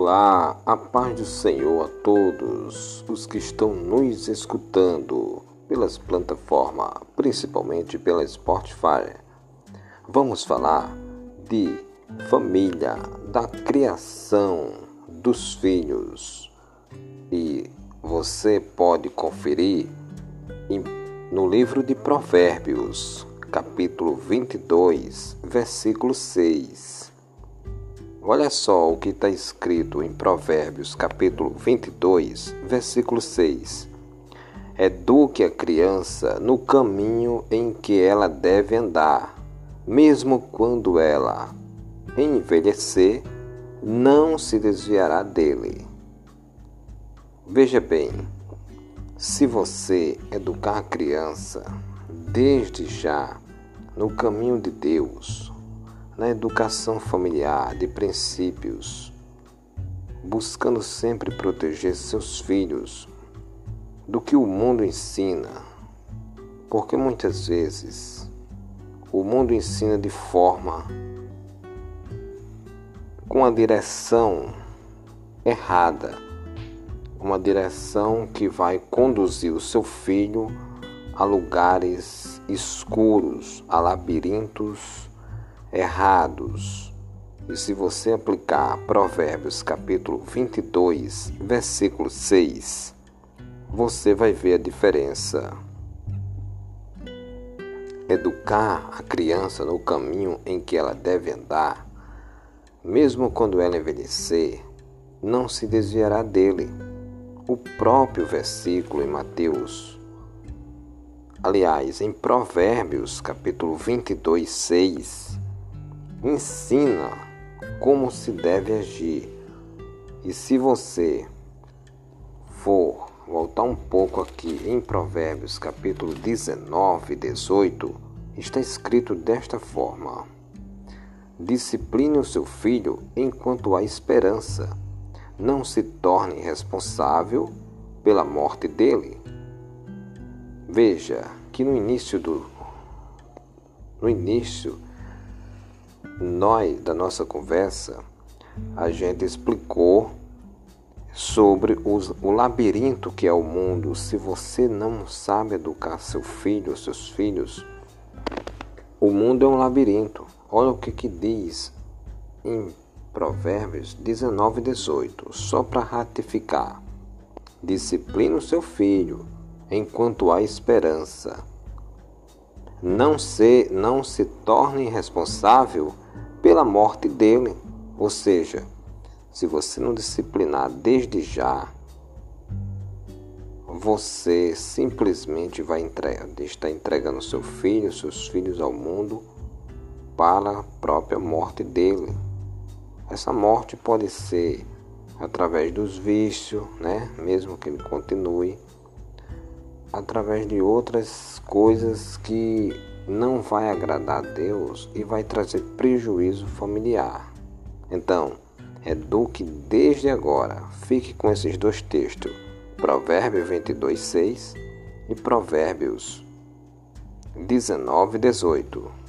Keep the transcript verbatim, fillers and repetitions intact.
Olá, a paz do Senhor a todos os que estão nos escutando pelas plataformas, principalmente pela Spotify. Vamos falar de família, da criação dos filhos. E você pode conferir em, no livro de Provérbios, capítulo vinte e dois, versículo seis. Olha só o que está escrito em Provérbios, capítulo vinte e dois, versículo seis. Eduque a criança no caminho em que ela deve andar, mesmo quando ela envelhecer, não se desviará dele. Veja bem, se você educar a criança desde já no caminho de Deus, na educação familiar, de princípios, buscando sempre proteger seus filhos do que o mundo ensina, porque muitas vezes o mundo ensina de forma com a direção errada, uma direção que vai conduzir o seu filho a lugares escuros, a labirintos errados. E se você aplicar Provérbios capítulo vinte e dois, versículo seis, você vai ver a diferença. Educar a criança no caminho em que ela deve andar, mesmo quando ela envelhecer, não se desviará dele. O próprio versículo em Mateus, aliás, em Provérbios capítulo vinte e dois, seis, ensina como se deve agir. E se você for voltar um pouco aqui em Provérbios capítulo dezenove, dezoito, está escrito desta forma: discipline o seu filho enquanto há esperança, não se torne responsável pela morte dele. Veja que no início do no início nós da nossa conversa a gente explicou sobre os, o labirinto que é o mundo. Se você não sabe educar seu filho, seus filhos, o mundo é um labirinto. Olha o que, que diz em Provérbios dezenove, dezoito, só para ratificar: disciplina o seu filho enquanto há esperança, não se, não se torne responsável pela morte dele. Ou seja, se você não disciplinar desde já, você simplesmente vai entregar, estar entregando seu filho, seus filhos ao mundo para a própria morte dele. Essa morte pode ser através dos vícios, né? Mesmo que ele continue, através de outras coisas que não vai agradar a Deus e vai trazer prejuízo familiar. Então, eduque desde agora. Fique com esses dois textos, Provérbios vinte e dois, seis e Provérbios dezenove, dezoito.